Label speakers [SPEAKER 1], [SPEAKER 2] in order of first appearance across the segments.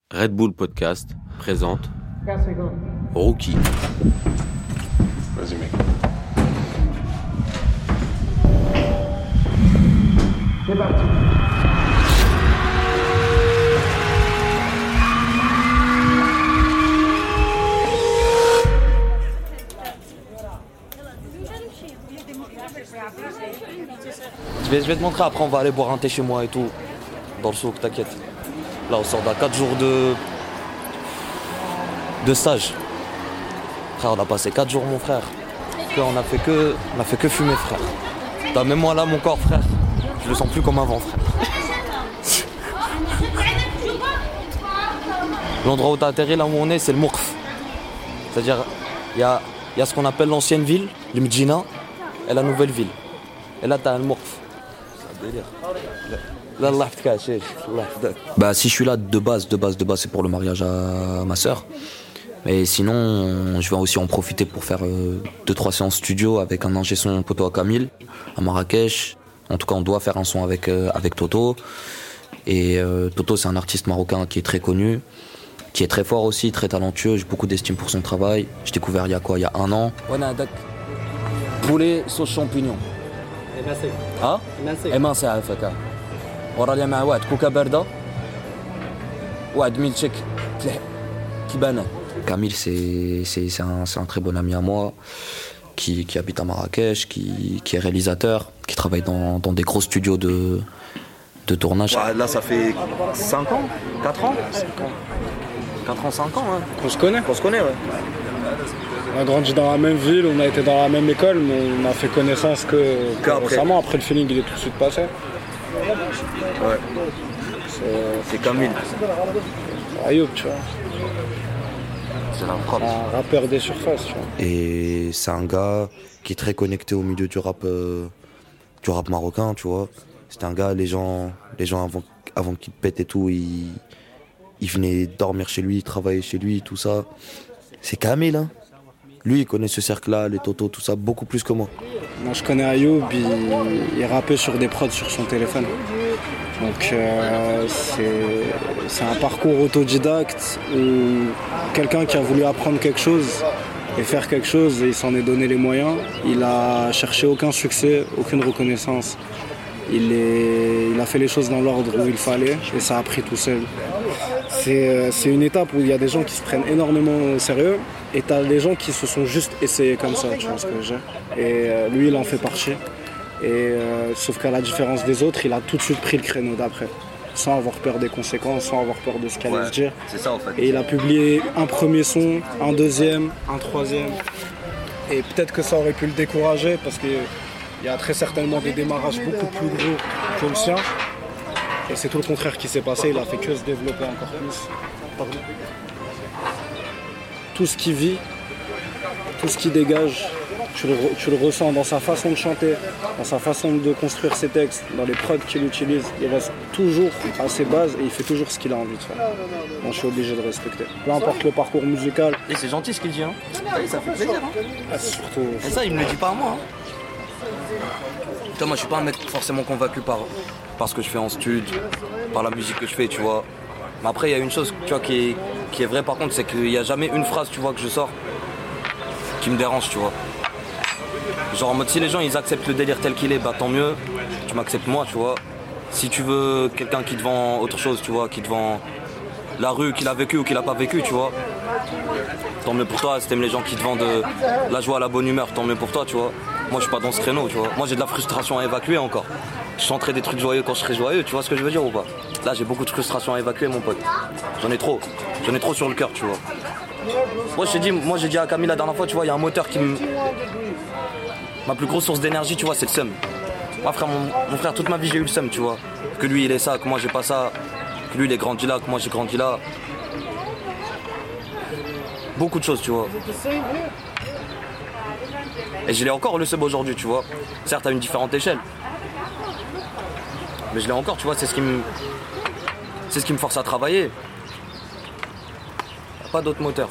[SPEAKER 1] Red Bull Podcast présente Rookie.
[SPEAKER 2] Vas-y mec.
[SPEAKER 3] C'est parti.
[SPEAKER 4] Je vais te montrer, après on va aller boire un thé chez moi et tout. Dans le souk, t'inquiète. Là on sort d'un 4 jours de stage. Frère, on a passé 4 jours mon frère. On a fait que fumer frère. T'as même moi là mon corps frère. Je le sens plus comme avant frère. L'endroit où t'as atterri là où on est c'est le Mourf. C'est-à-dire il y a ce qu'on appelle l'ancienne ville, le Medina, et la nouvelle ville. Et là t'as le Mourf. C'est un délire. Bah si je suis là de base c'est pour le mariage à ma sœur. Mais sinon je vais aussi en profiter pour faire 2-3 séances studio avec un ingé son poteau à Camille à Marrakech. En tout cas on doit faire un son avec Toto. Et Toto c'est un artiste marocain qui est très connu, qui est très fort aussi, très talentueux, j'ai beaucoup d'estime pour son travail. J'ai découvert il y a 1 an. Poulet sauce champignon. ها؟ إمانسي على فكرة. ورا لي مع واحد كوكا باردة. واحد ميلتشيك qui banane. Camille c'est un très bon ami à moi qui habite à Marrakech, qui est réalisateur, qui travaille dans des gros studios de tournage. Ouais, là ça fait 5 ans, 4 ans 5 ans hein.
[SPEAKER 5] Qu'on se connaît,
[SPEAKER 4] ouais.
[SPEAKER 5] On a grandi dans la même ville, on a été dans la même école, mais on a fait connaissance que récemment. Après le feeling il est tout de suite passé.
[SPEAKER 4] Ouais. C'est Camille.
[SPEAKER 5] Ayoub, tu vois.
[SPEAKER 4] C'est un
[SPEAKER 5] rappeur des surfaces, tu vois.
[SPEAKER 4] Et c'est un gars qui est très connecté au milieu du rap marocain, tu vois. C'était un gars, les gens avant qu'il pète et tout, ils venaient dormir chez lui, travailler chez lui, tout ça. C'est Camille, hein. Lui, il connaît ce cercle-là, les Toto, tout ça, beaucoup plus que moi.
[SPEAKER 5] Moi, je connais Ayoub, il rappait sur des prods sur son téléphone. Donc, c'est un parcours autodidacte où quelqu'un qui a voulu apprendre quelque chose et faire quelque chose, et il s'en est donné les moyens. Il a cherché aucun succès, aucune reconnaissance. Il a fait les choses dans l'ordre où il fallait et ça a pris tout seul. C'est une étape où il y a des gens qui se prennent énormément au sérieux et t'as des gens qui se sont juste essayés comme ça, tu vois ce que je veux dire. Et lui, il en fait partie. Sauf qu'à la différence des autres, il a tout de suite pris le créneau d'après, sans avoir peur des conséquences, sans avoir peur de ce qu'il allait se dire.
[SPEAKER 4] C'est ça en fait.
[SPEAKER 5] Et il a publié un premier son, un deuxième, un troisième. Et peut-être que ça aurait pu le décourager parce qu'il y a très certainement des démarrages beaucoup plus gros que le sien. Et c'est tout le contraire qui s'est passé, il a fait que se développer encore plus. Pardon. Tout ce qu'il vit, tout ce qu'il dégage, tu le ressens dans sa façon de chanter, dans sa façon de construire ses textes, dans les prods qu'il utilise. Il reste toujours à ses bases et il fait toujours ce qu'il a envie de faire. Donc je suis obligé de respecter. Peu importe le parcours musical.
[SPEAKER 4] Et c'est gentil ce qu'il dit, hein. Ça fait plaisir, hein.
[SPEAKER 5] Surtout,
[SPEAKER 4] et ça, il me le dit pas à moi, hein. Putain, moi je suis pas un mec forcément convaincu par ce que je fais en stud, par la musique que je fais, tu vois. Mais après il y a une chose, tu vois, qui est vraie par contre, c'est qu'il n'y a jamais une phrase, tu vois, que je sors qui me dérange, tu vois. Genre en mode si les gens ils acceptent le délire tel qu'il est, bah tant mieux, tu m'acceptes moi, tu vois. Si tu veux quelqu'un qui te vend autre chose, tu vois, qui te vend la rue, qu'il a vécu ou qu'il a pas vécu, tu vois. Tant mieux pour toi, si t'aimes les gens qui te vendent la joie, la bonne humeur, tant mieux pour toi, tu vois. Moi je suis pas dans ce créneau, tu vois. Moi j'ai de la frustration à évacuer encore. Je chanterai des trucs joyeux quand je serai joyeux, tu vois ce que je veux dire ou pas? Là j'ai beaucoup de frustration à évacuer mon pote. J'en ai trop sur le cœur, tu vois. Moi j'ai dit à Camille la dernière fois, tu vois, il y a un moteur qui me... Ma plus grosse source d'énergie, tu vois, c'est le seum. Moi frère, mon frère, toute ma vie j'ai eu le seum, tu vois. Que lui il est ça, que moi j'ai pas ça. Que lui il est grandi là, que moi j'ai grandi là. Beaucoup de choses, tu vois. Et je l'ai encore le seum aujourd'hui, tu vois. Certes à une différente échelle. Mais je l'ai encore, tu vois, c'est ce qui me force à travailler. Pas d'autre moteur.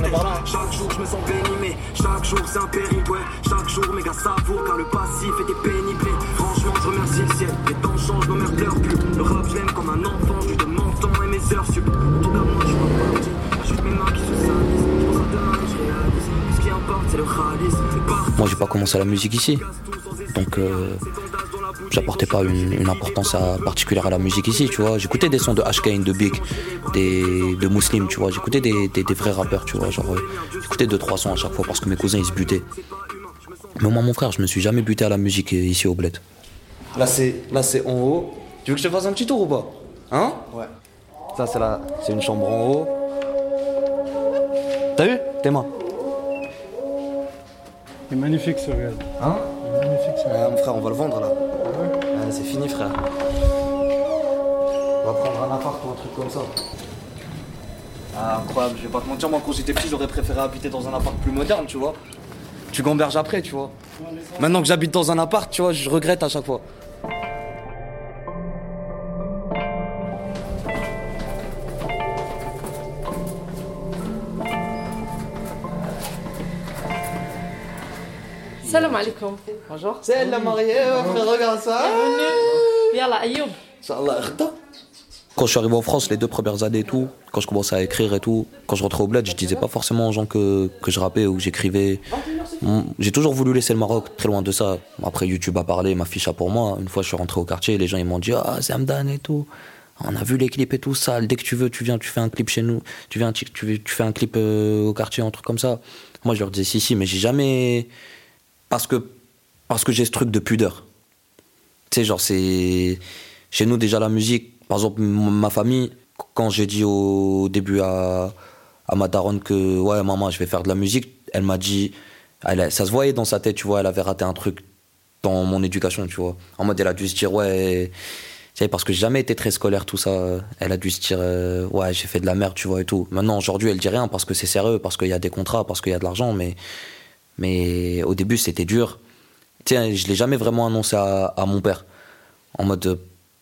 [SPEAKER 3] Chaque jour je me sens béni, mais chaque jour c'est un périple, ouais. Chaque jour méga savoure, car le passif était pénible. Franchement je remercie le ciel, les temps changent, nos mères pleurent plus. Le rap je l'aime comme un enfant, je donne mon temps et mes heures sup. En tout cas moi je vois pas partir, juste mes mains qui se salissent. Je pense à demain, je réalise, ce qui importe c'est le khalis.
[SPEAKER 4] Moi j'ai pas commencé la musique ici, donc j'apportais pas une importance particulière à la musique ici, tu vois. J'écoutais des sons de H-Kane, de Big, de Muslim, tu vois. J'écoutais des vrais rappeurs, tu vois. Genre, j'écoutais 2-3 sons à chaque fois parce que mes cousins ils se butaient. Mais moi, mon frère, je me suis jamais buté à la musique ici au Bled. Là c'est en haut. Tu veux que je te fasse un petit tour ou pas? Hein? Ouais. Ça c'est une chambre en haut. T'as vu? Tes mains.
[SPEAKER 5] Il est magnifique ce réel.
[SPEAKER 4] Hein?
[SPEAKER 5] Il est magnifique ce réel.
[SPEAKER 4] Mon frère, on va le vendre là. Ouais, c'est fini, frère. On va prendre un appart ou un truc comme ça. Ah, incroyable, je vais pas te mentir, moi quand j'étais petit, j'aurais préféré habiter dans un appart plus moderne, tu vois. Tu gamberges après, tu vois. Maintenant que j'habite dans un appart, tu vois, je regrette à chaque fois.
[SPEAKER 6] Salam alaikum. Bonjour.
[SPEAKER 4] C'est la mariée, frère, regarde ça.
[SPEAKER 6] Yalla, Ayoub.
[SPEAKER 4] Inch'Allah, quand je suis arrivé en France, les 2 premières années et tout, quand je commençais à écrire et tout, quand je rentrais au Bled, je disais pas forcément aux gens que je rappais ou que j'écrivais. J'ai toujours voulu laisser le Maroc, très loin de ça. Après, YouTube a parlé, m'a fiché pour moi. Une fois, je suis rentré au quartier, les gens ils m'ont dit « Ah, c'est Hamdan et tout. On a vu les clips et tout, ça. Dès que tu veux, tu viens, tu fais un clip chez nous. Tu fais un clip au quartier, un truc comme ça. » Moi, je leur disais « Si, mais j'ai jamais... » Parce que j'ai ce truc de pudeur. Tu sais, genre, c'est... Chez nous, déjà, la musique... Par exemple, ma famille, quand j'ai dit au début à ma daronne que « Ouais, maman, je vais faire de la musique », elle m'a dit... ça se voyait dans sa tête, tu vois, elle avait raté un truc dans mon éducation, tu vois. En mode, elle a dû se dire « Ouais... » Parce que j'ai jamais été très scolaire, tout ça. Elle a dû se dire « Ouais, j'ai fait de la merde, tu vois, et tout. » Maintenant, aujourd'hui, elle dit rien parce que c'est sérieux, parce qu'il y a des contrats, parce qu'il y a de l'argent, mais au début, c'était dur. Tiens, je l'ai jamais vraiment annoncé à mon père. En mode...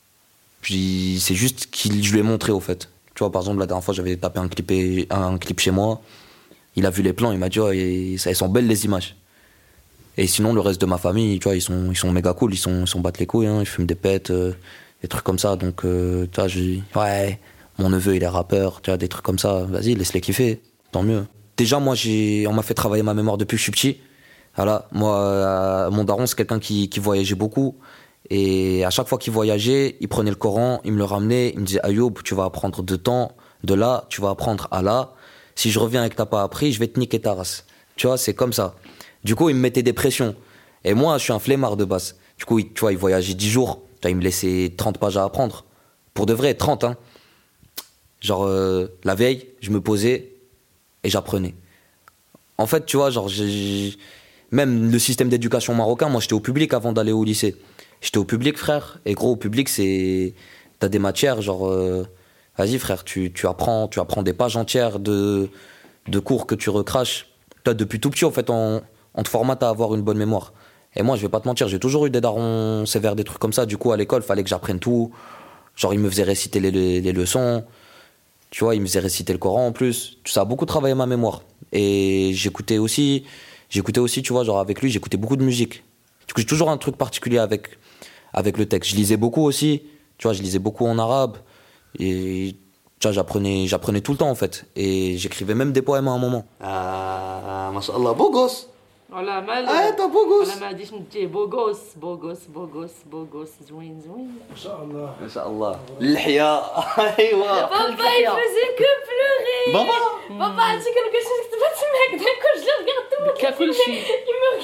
[SPEAKER 4] c'est juste que je lui ai montré, au fait. Tu vois, par exemple, la dernière fois, j'avais tapé un clip chez moi. Il a vu les plans, il m'a dit oh, elles sont belles les images. Et sinon, le reste de ma famille, tu vois, ils sont méga cool, ils sont battent les couilles, hein, ils fument des pètes, des trucs comme ça. Donc, tu vois, je dis ouais, mon neveu, il est rappeur, tu vois, des trucs comme ça. Vas-y, laisse-les kiffer, tant mieux. Déjà, moi, on m'a fait travailler ma mémoire depuis que je suis petit. Voilà, moi, mon daron, c'est quelqu'un qui voyageait beaucoup. Et à chaque fois qu'il voyageait, il prenait le Coran, il me le ramenait, il me disait Ayoub, tu vas apprendre de là, tu vas apprendre à là. Si je reviens et que t'as pas appris, je vais te niquer ta race. Tu vois, c'est comme ça. Du coup, il me mettait des pressions. Et moi, je suis un flemmard de base. Du coup, tu vois, il voyageait 10 jours. Tu vois, il me laissait 30 pages à apprendre. Pour de vrai, 30, hein. Genre, la veille, je me posais et j'apprenais. En fait, tu vois, genre, même le système d'éducation marocain, moi, j'étais au public avant d'aller au lycée. J'étais au public, frère. Et gros, au public, t'as des matières, genre... vas-y, frère, tu apprends des pages entières de cours que tu recraches. Toi, depuis tout petit, en fait, on te formate à avoir une bonne mémoire. Et moi, je vais pas te mentir, j'ai toujours eu des darons sévères, des trucs comme ça. Du coup, à l'école, fallait que j'apprenne tout. Genre, ils me faisaient réciter les leçons. Tu vois, ils me faisaient réciter le Coran en plus. Ça a beaucoup travaillé ma mémoire. Et j'écoutais aussi, tu vois, genre avec lui, j'écoutais beaucoup de musique. Du coup, j'ai toujours un truc particulier avec le texte. Je lisais beaucoup aussi. Tu vois, je lisais beaucoup en arabe. Et tu vois, j'apprenais tout le temps en fait. Et j'écrivais même des poèmes à un moment. Ah, mashallah, beau gosse.
[SPEAKER 6] Voilà, mal.
[SPEAKER 4] Ah, t'as beau gosse.
[SPEAKER 6] On m'a dit beau gosse, beau gosse, beau gosse, beau gosse, zouin, zouin.
[SPEAKER 5] Inch'Allah.
[SPEAKER 4] Inch'Allah. L'hia. Aïwa.
[SPEAKER 6] Papa, il faisait que pleurer.
[SPEAKER 4] Baba.
[SPEAKER 6] Papa a dit quelque chose que pas ce mec. D'un coup, je le regarde tout le monde. Il me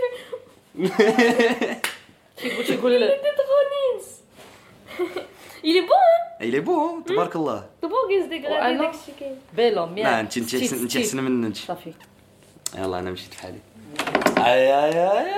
[SPEAKER 6] regardait. Il était trop nice. Il est beau, hein?
[SPEAKER 4] Il est beau, hein? Tabarakallah.
[SPEAKER 6] Tu beau قص dégradé mexicain. Bello, merde.
[SPEAKER 4] لا انت احسن مني انت.
[SPEAKER 6] صافي.
[SPEAKER 4] يلا انا مشيت في حالي. اي اي اي.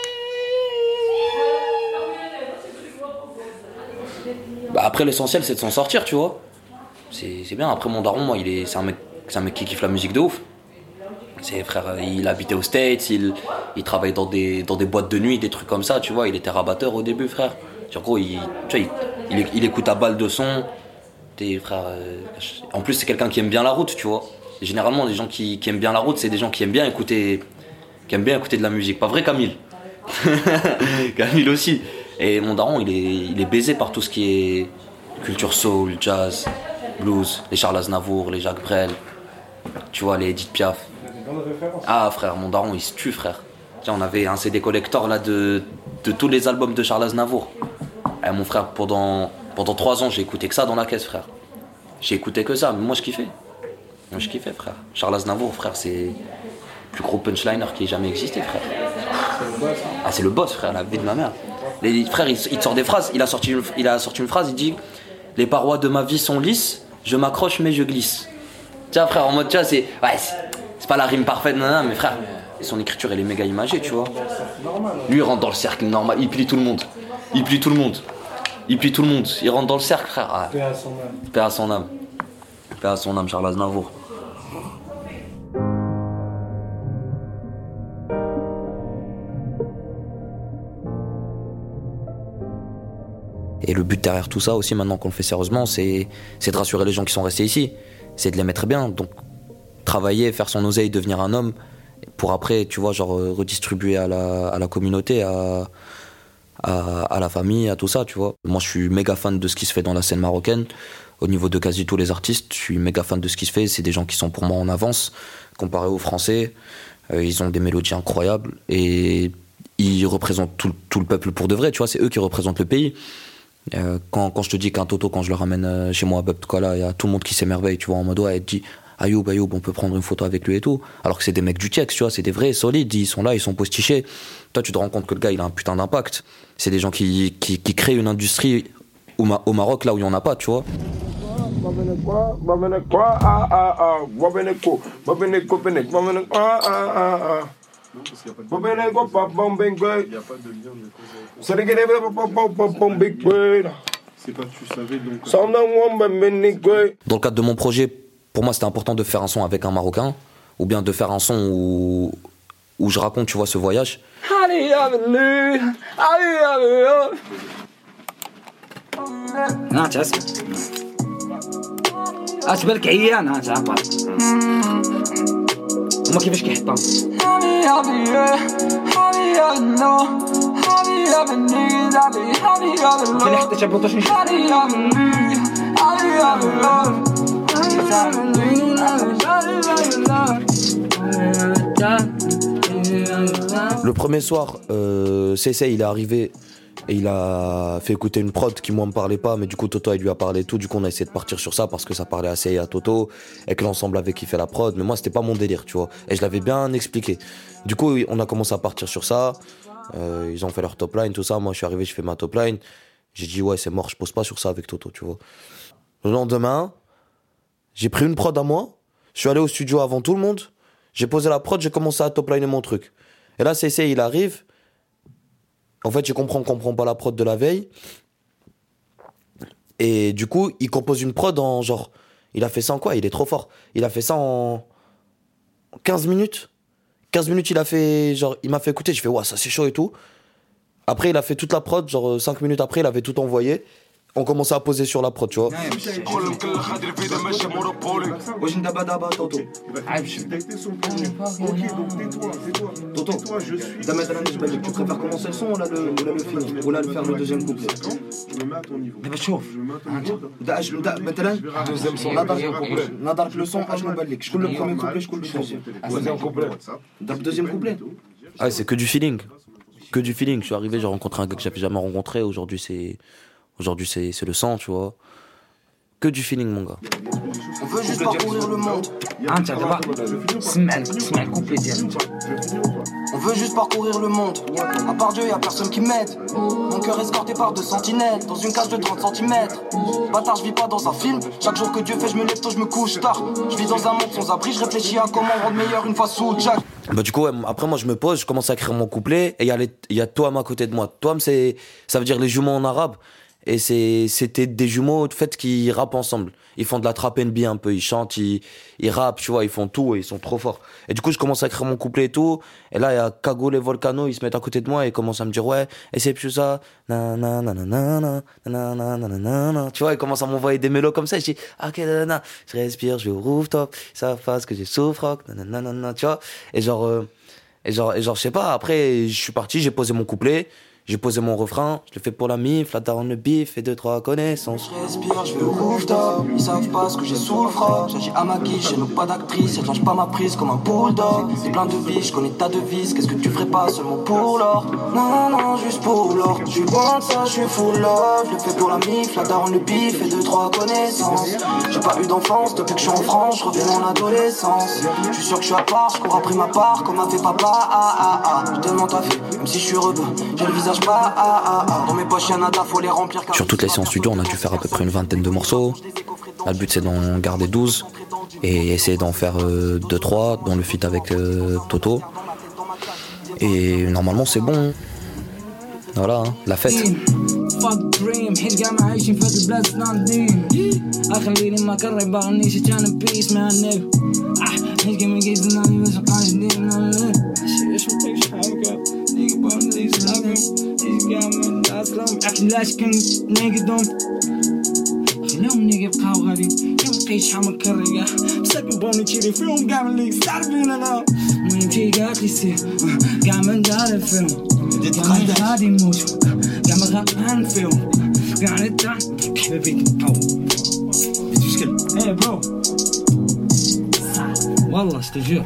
[SPEAKER 4] Bah après l'essentiel c'est de s'en sortir, tu vois. C'est bien. Après mon daron, moi, c'est un mec qui kiffe la musique de ouf. C'est frère, il habitait aux States, il travaillait dans des boîtes de nuit, des trucs comme ça, tu vois. Il était rabatteur au début, frère. En gros, il écoute à balle de son. En plus, c'est quelqu'un qui aime bien la route, tu vois. Et généralement, les gens qui aiment bien la route, c'est des gens qui aiment bien écouter de la musique. Pas vrai, Camille? Camille aussi. Et mon daron, il est baisé par tout ce qui est culture soul, jazz, blues, les Charles Aznavour, les Jacques Brel, tu vois, les Edith Piaf. Ah frère, mon daron, il se tue, frère. Tiens, on avait un CD collector là de tous les albums de Charles Aznavour. Et mon frère, pendant 3 ans, j'ai écouté que ça dans la caisse, frère. J'ai écouté que ça, mais moi je kiffais. Frère. Charles Aznavour, frère, c'est le plus gros punchliner qui ait jamais existé, frère. Ah, c'est le boss, frère, la vie de ma mère. Les frères, il te sort des phrases. Il a sorti une phrase, il dit: les parois de ma vie sont lisses, je m'accroche mais je glisse. Tiens, frère, en mode, tu vois, c'est pas la rime parfaite, non, mais frère, son écriture, elle est méga imagée, tu vois. Lui, il rentre dans le cercle normal, il plie tout le monde. Il rentre dans le cercle, frère. Ah. Paix à son âme, Charles Aznavour. Et le but derrière tout ça aussi, maintenant qu'on le fait sérieusement, c'est de rassurer les gens qui sont restés ici. C'est de les mettre bien. Donc, travailler, faire son oseille, devenir un homme, pour après, tu vois, genre redistribuer à la communauté, à la famille, à tout ça, tu vois. Moi, je suis méga fan de ce qui se fait dans la scène marocaine. Au niveau de quasi tous les artistes, je suis méga fan de ce qui se fait. C'est des gens qui sont pour moi en avance, comparé aux Français. Ils ont des mélodies incroyables et ils représentent tout le peuple pour de vrai, tu vois. C'est eux qui représentent le pays. Quand je te dis qu'un Toto, quand je le ramène chez moi à Bebtkala, il y a tout le monde qui s'émerveille, tu vois, en mode ouais, elle te dit Ayoub, on peut prendre une photo avec lui et tout. Alors que c'est des mecs du Tiex, tu vois, c'est des vrais solides, ils sont là, ils sont postichés. Toi, tu te rends compte que le gars, il a un putain d'impact. C'est des gens qui créent une industrie au Maroc, là où il n'y en a pas, tu vois. Dans le cadre de mon projet, pour moi c'était important de faire un son avec un Marocain, ou bien de faire un son où je raconte, tu vois, ce voyage. وما كيفاش كيحطها اللي حطيت بلوطاش Le premier soir, CC il est arrivé et il a fait écouter une prod qui moi me parlait pas, mais du coup Toto il lui a parlé et tout, du coup on a essayé de partir sur ça parce que ça parlait assez à Toto et que l'ensemble avait kiffé la prod, mais moi c'était pas mon délire, tu vois, et je l'avais bien expliqué. Du coup on a commencé à partir sur ça, ils ont fait leur top line, tout ça, moi je suis arrivé, je fais ma top line, j'ai dit ouais c'est mort, je pose pas sur ça avec Toto, tu vois. Le lendemain, j'ai pris une prod à moi, je suis allé au studio avant tout le monde, j'ai posé la prod, j'ai commencé à top liner mon truc. Et là CC il arrive. En fait, je comprends pas la prod de la veille. Et du coup, il compose une prod en genre... Il a fait ça en quoi? Il est trop fort. Il a fait ça en 15 minutes. 15 minutes, il m'a fait écouter. Je fais, ouais, ça c'est chaud et tout. Après, il a fait toute la prod. Genre 5 minutes après, il avait tout envoyé. On commençait à poser sur la prod, tu vois.
[SPEAKER 3] Ok, donc tais-toi. Tu préfères commencer le son ou là le finir? Ou là le faire le deuxième couplet? Je me mets à ton niveau. Deuxième son. Nadark le son, je coule le premier couplet, je coule le deuxième. Deuxième couplet.
[SPEAKER 4] Ah, c'est que du feeling. Que du feeling. Je suis arrivé, j'ai rencontré un gars que j'avais jamais rencontré. Aujourd'hui, c'est le sang, tu vois. Que du feeling, mon gars.
[SPEAKER 3] On veut juste parcourir le monde. On veut juste parcourir le monde. À part Dieu, y'a personne qui m'aide. Mon cœur escorté par 2 sentinelles dans une cage de 30 cm. Bâtard, je vis pas dans un film. Chaque jour que Dieu fait, je me lève tôt, je me couche tard. Je vis dans un monde sans abri, je réfléchis à comment rendre meilleur une fois sous Jack.
[SPEAKER 4] Bah du coup, ouais, après moi je me pose, je commence à écrire mon couplet et il y a Toam à côté de moi. Toam, ça veut dire les jumeaux en arabe. Et c'était des jumeaux, en fait, qui rappent ensemble. Ils font de la trap NB un peu, ils chantent, ils rappent, tu vois, ils font tout et ils sont trop forts. Et du coup, je commence à écrire mon couplet et tout. Et là, il y a Cagoule et Volcano, ils se mettent à côté de moi et ils commencent à me dire, ouais, et c'est plus ça, nanana, nanana. Tu vois, ils commencent à m'envoyer des mélos comme ça. Et je dis, ok, nanana, je respire, je vais au rooftop, ça fasse que j'ai souffre, nanana, tu vois. Et genre, je sais pas, après, je suis parti, j'ai posé mon couplet. J'ai posé mon refrain, je le fais pour la mif, la daronne le bif et 2-3 connaissances.
[SPEAKER 3] Je respire, je vais au rooftop, ils savent pas ce que j'ai sous le froc. J'agis à ma quiche, j'ai pas d'actrice, je lâche pas ma prise comme un bulldog. C'est plein de vies, je connais ta devise, qu'est-ce que tu ferais pas seulement pour l'or? Non, juste pour l'or. Je suis loin de ça, je suis full love. Je le fais pour la mif, la daronne le bif et 2-3 connaissances. J'ai pas eu d'enfance, depuis que je suis en France, je reviens en adolescence. Je suis sûr que je suis à part, je cours après ma part, comme a fait papa, J'ai tellement taffé, même si je suis rebeu, j'ai le visage dans mes poches y'a nada, faut les remplir.
[SPEAKER 4] Sur toutes les séances studio, on a dû faire à peu près une vingtaine de morceaux. Là, le but c'est d'en garder 12 et essayer d'en faire 2-3 dans le feat avec Toto. Et normalement c'est bon. Voilà, hein, la fête.
[SPEAKER 3] خليهم يبقاو غادي يبقى يشحال كالرياح مساكن بوني تشيري فيهم كاع ملي تعرفين انا المهم شي قالت لي سير كاع ما ندار فيهم كاع غادي نموت كاع ما غنهان فيهم كاع نتا حبيبي نبقاو مشكل ايه برو والله ستجور.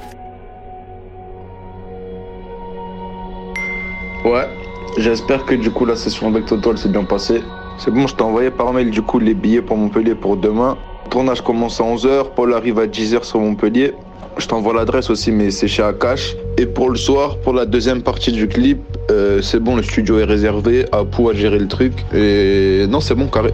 [SPEAKER 7] Ouais, j'espère que du coup la session avec Toto elle s'est bien passée. C'est bon, je t'ai envoyé par mail du coup les billets pour Montpellier pour demain. Le tournage commence à 11h, Paul arrive à 10h sur Montpellier. Je t'envoie l'adresse aussi, mais c'est chez Akash. Et pour le soir, pour la deuxième partie du clip, c'est bon, le studio est réservé, Apu a géré le truc. Et non, c'est bon, carré.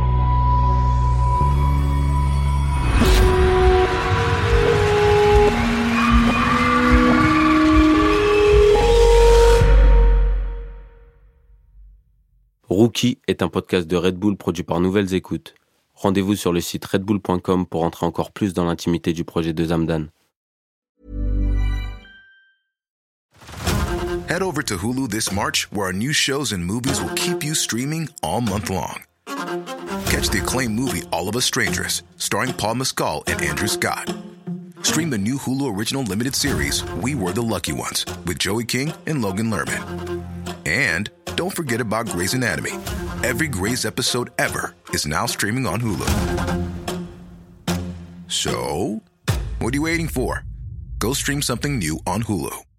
[SPEAKER 1] Rookie est un podcast de Red Bull produit par Nouvelles Écoutes. Rendez-vous sur le site redbull.com pour entrer encore plus dans l'intimité du projet de Zamdan.
[SPEAKER 8] Head over to Hulu this March, where our new shows and movies will keep you streaming all month long. Catch the acclaimed movie All of Us Strangers, starring Paul Mescal and Andrew Scott. Stream the new Hulu original limited series We Were the Lucky Ones with Joey King and Logan Lerman. And don't forget about Grey's Anatomy. Every Grey's episode ever is now streaming on Hulu. So, what are you waiting for? Go stream something new on Hulu.